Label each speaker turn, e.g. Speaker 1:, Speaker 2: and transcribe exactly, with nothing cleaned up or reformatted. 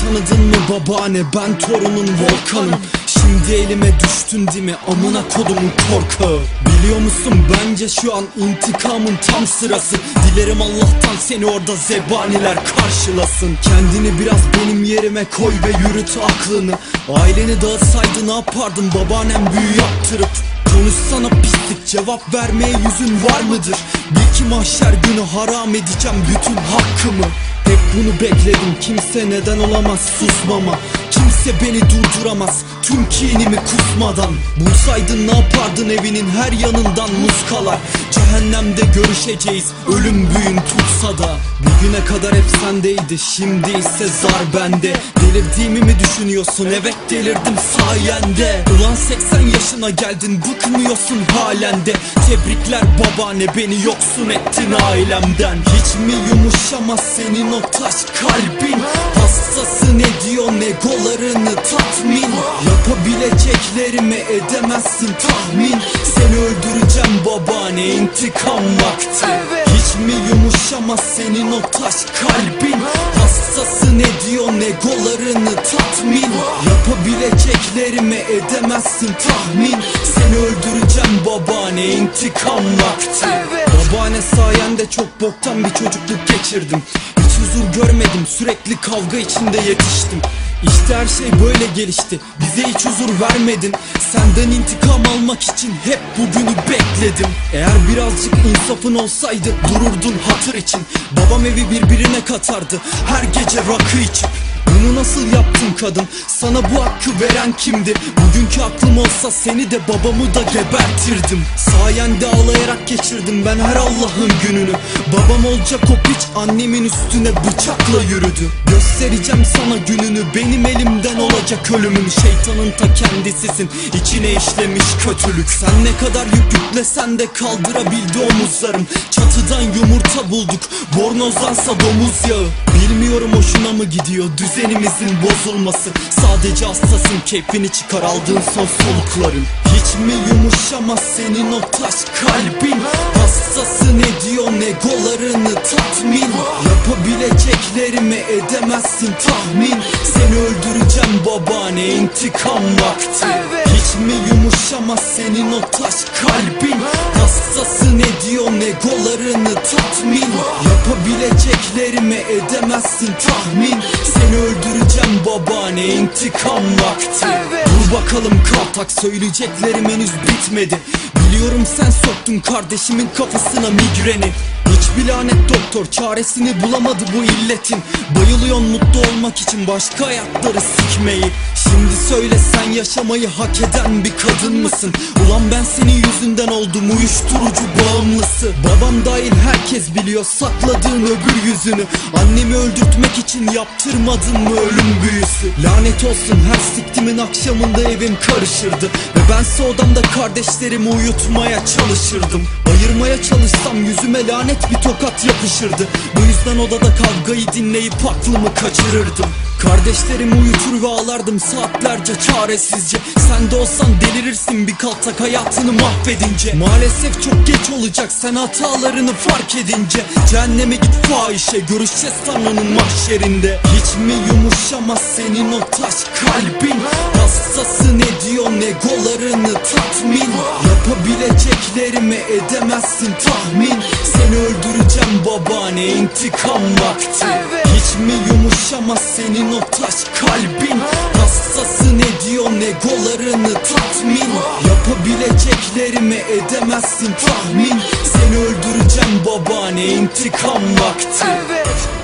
Speaker 1: tanıdın mı babaanne, ben torunun Volkan'ım. Şimdi elime düştün değil mi amına kodumun korkağı. Biliyor musun bence şu an intikamın tam sırası. Dilerim Allah'tan seni orada zebaniler karşılasın. Kendini biraz benim yerime koy ve yürüt aklını. Aileni dağıtsaydı ne yapardın babaannem büyü yaptırıp. Konuşsana pislik, cevap vermeye yüzün var mıdır? Bil ki mahşer günü haram edeceğim bütün hakkımı. Hep bunu bekledim, kimse neden olamaz susmama. Kimse beni durduramaz tüm kinimi kusmadan. Bulsaydın ne yapardın evinin her yanından muskalar. Cehennemde görüşeceğiz ölüm büyün tutsa da. Bugüne kadar hep sendeydi, şimdi ise zar bende. Delirdiğimi mi düşünüyorsun? Evet delirdim sayende. Ulan seksen yaşına geldin, bıkmıyorsun halen de. Tebrikler babaanne, beni yoksun ettin ailemden. Hiç mi yumuşamaz senin o taş kalbin? Hassası ne diyor negolarını tatmin. Yapabileceklerimi edemezsin tahmin. Seni öldüreceğim babaanne, intikam vakti. Hiç mi yumuşamaz senin o taş kalbin? Hassası ne diyor negolarını tatmin. Yapabileceklerimi edemezsin tahmin. Seni öldüreceğim babaanne, intikam vakti. Babaanne sayende çok boktan bir çocukluk geçirdim. Hiç huzur görmedim, sürekli kavga içinde yetiştim. İşte her şey böyle gelişti, bize hiç huzur vermedin. Senden intikam almak için hep bugünü bekledim. Eğer birazcık insafın olsaydı dururdun hatır için. Babam evi birbirine katardı her gece rakı içip. Bunu nasıl yaptın kadın? Sana bu hakkı veren kimdi? Bugünkü aklım olsa seni de babamı da gebertirdim. Sayende ağlayarak geçirdim ben her Allah'ın gününü. Babam olacak o piç annemin üstüne bıçakla yürüdü. Göstereceğim sana gününü, benim elimden olacak ölümün. Şeytanın ta kendisisin, içine işlemiş kötülük. Sen ne kadar yük yüklesen de kaldırabildi omuzlarım. Çatıdan yumurta bulduk, bornozdansa domuz yağı. Bilmiyorum hoşuna mı gidiyor düzenimizin bozulması. Sadece hastasın, keyfini çıkar aldığın son solukların. Hiç mi yumuşamaz senin o taş kalbin? Hassası ne diyor negolarını tatmin. Yapabileceklerimi edemezsin tahmin. Seni öldüreceğim babaanne, intikam vakti. Hiç mi yumuşamaz senin o taş kalbin? Hassası ne diyor negolarını tatmin. Yapabileceklerimi edemezsin tahmin. Seni öldüreceğim babaanne, intikam vakti. Dur bakalım kaltak, söyleyeceklerim henüz bitmedi. Biliyorum sen soktun kardeşimin kafasına migreni. Hiçbir lanet doktor çaresini bulamadı bu illetin. Bayılıyorsun mutlu olmak için başka hayatları sikmeyi. Şimdi söyle sen yaşamayı hak eden bir kadın mısın? Ulan ben senin yüzünden oldum uyuşturucu bağımlısı. Babam dahil herkes biliyor sakladığın öbür yüzünü. Annemi öldürtmek için yaptırmadın mı ölüm büyüsü? Lanet olsun her siktimin akşamında evim karışırdı. Ve bense odamda kardeşlerimi uyutmaya çalışırdım. Ayırmaya çalışsam yüzüme lanet bir tokat yapışırdı. Bu yüzden odada kavgayı dinleyip aklımı kaçırırdım. Kardeşlerimi uyutur ve ağlardım saatlerce çaresizce. Sen de olsan delirirsin bir kaltak hayatını mahvedince. Maalesef çok geç olacak sen hatalarını fark edince. Cehenneme git fahişe, görüşeceğiz Tanrı'nın mahşerinde. Hiç mi yumuşamaz senin o taş kalbin? Hassası ne diyor negolarını tatmin. Yapabileceklerimi edemezsin tahmin. Seni öldüreceğim babaanne, intikam vakti. Hiç mi yumuşamaz senin o taş kalbin? Hassası ne diyor negolarını tatmin. Yapabileceklerimi edemezsin tahmin. Seni öldüreceğim babaanne, intikam vakti.